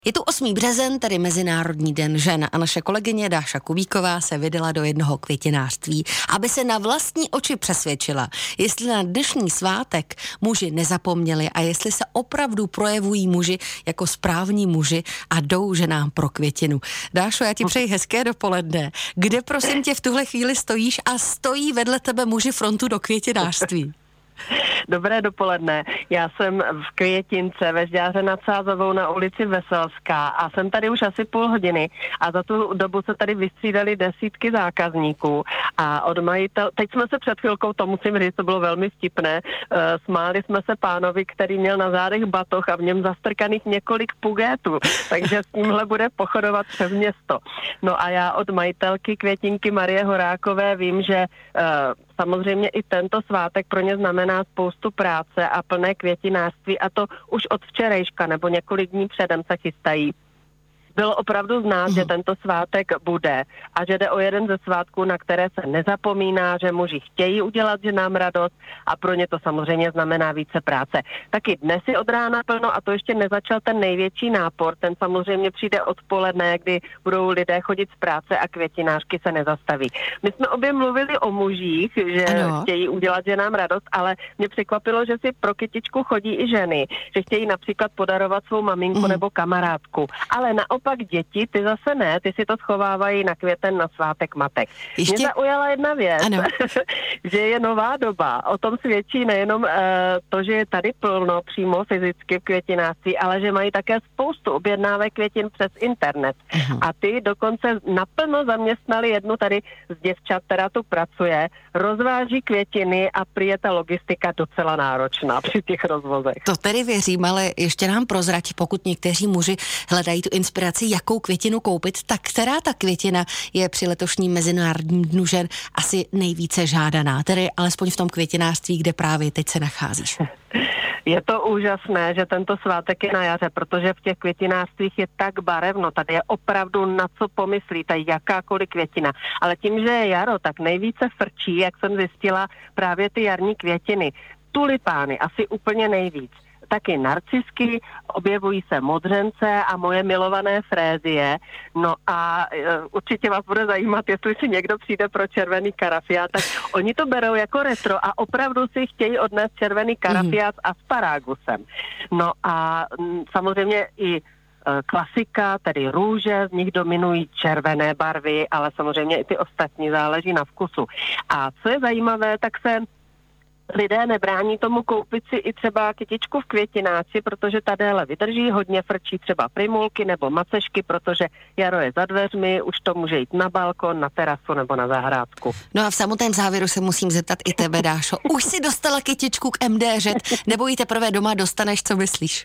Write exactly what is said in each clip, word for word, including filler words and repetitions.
Je tu osmý březen, tedy Mezinárodní den žen, a naše kolegyně Dáša Kubíková se vydala do jednoho květinářství, aby se na vlastní oči přesvědčila, jestli na dnešní svátek muži nezapomněli a jestli se opravdu projevují muži jako správní muži a jdou ženám pro květinu. Dášo, já ti přeji hezké dopoledne. Kde prosím tě v tuhle chvíli stojíš a stojí vedle tebe muži frontu do květinářství? Dobré dopoledne. Já jsem v Květince ve Žďáře nad Sázavou na ulici Veselská a jsem tady už asi půl hodiny a za tu dobu se tady vystřídali desítky zákazníků a od majitel... Teď jsme se před chvilkou, to musím říct, to bylo velmi vtipné, uh, smáli jsme se pánovi, který měl na zádech batoh a v něm zastrkaných několik pugétů, takže s tímhle bude pochodovat přes město. No a já od majitelky Květinky Marie Horákové vím, že uh, samozřejmě i tento svátek pro ně znamená spoustu práce a plné květinářství a to už od včerejška nebo několik dní předem se chystají. Bylo opravdu znát, mm. že tento svátek bude a že jde o jeden ze svátků, na které se nezapomíná, že muži chtějí udělat ženám radost a pro ně to samozřejmě znamená více práce. Taky dnes je od rána plno a to ještě nezačal ten největší nápor, ten samozřejmě přijde odpoledne, kdy budou lidé chodit z práce a květinářky se nezastaví. My jsme obě mluvili o mužích, že ano. chtějí udělat ženám radost, ale mě překvapilo, že si pro kytičku chodí i ženy, že chtějí například podarovat svou maminku mm. nebo kamarádku, ale na pak děti, ty zase ne, ty si to schovávají na květen na svátek matek. Ještě... Mě zaujala jedna věc, že je nová doba. O tom svědčí nejenom uh, to, že je tady plno přímo fyzicky v květinářství, ale že mají také spoustu objednávek květin přes internet. Uh-huh. A ty dokonce naplno zaměstnali jednu tady z děvčat, která tu pracuje, rozváží květiny a prý je ta logistika docela náročná při těch rozvozech. To tedy věřím, ale ještě nám prozrať, pokud někteří muži hledají tu inspiraci, jakou květinu koupit, tak která ta květina je při letošním Mezinárodním dnu žen asi nejvíce žádaná, tedy alespoň v tom květinářství, kde právě teď se nacházíš. Je to úžasné, že tento svátek je na jaře, protože v těch květinářstvích je tak barevno, tady je opravdu na co pomyslíte, jakákoliv květina. Ale tím, že je jaro, tak nejvíce frčí, jak jsem zjistila, právě ty jarní květiny. Tulipány asi úplně nejvíc. Taky narcisky, objevují se modřence a moje milované frézie. No a e, určitě vás bude zajímat, jestli si někdo přijde pro červený karafiát, tak oni to berou jako retro a opravdu si chtějí odnést červený karafiát mm. s asparagus,em. No a m, samozřejmě i e, klasika, tedy růže, z nich dominují červené barvy, ale samozřejmě i ty ostatní, záleží na vkusu. A co je zajímavé, tak se lidé nebrání tomu koupit si i třeba kytičku v květináči, protože ta déle vydrží, hodně frčí třeba primulky nebo macešky, protože jaro je za dveřmi, už to může jít na balkon, na terasu nebo na zahrádku. No a v samotném závěru se musím zeptat i tebe, Dášo. Už si dostala kytičku k em dé řet, nebo ji teprve doma dostaneš, co myslíš?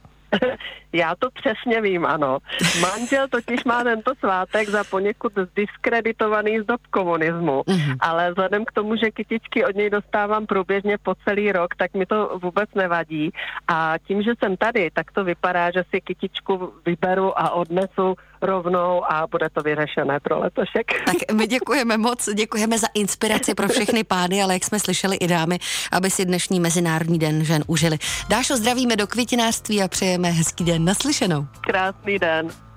Já to přesně vím, ano. Manžel totiž má tento svátek za poněkud zdiskreditovaný z dob komunismu, mm-hmm. ale vzhledem k tomu, že kytičky od něj dostávám průběžně po celý rok, tak mi to vůbec nevadí. A tím, že jsem tady, tak to vypadá, že si kytičku vyberu a odnesu rovnou a bude to vyřešené pro letošek. Tak my děkujeme moc, děkujeme za inspiraci pro všechny pány, ale jak jsme slyšeli i dámy, aby si dnešní Mezinárodní den žen užili. Dášo, zdravíme do květinářství a přejeme hezký den. Naslyšenou. Krásný den.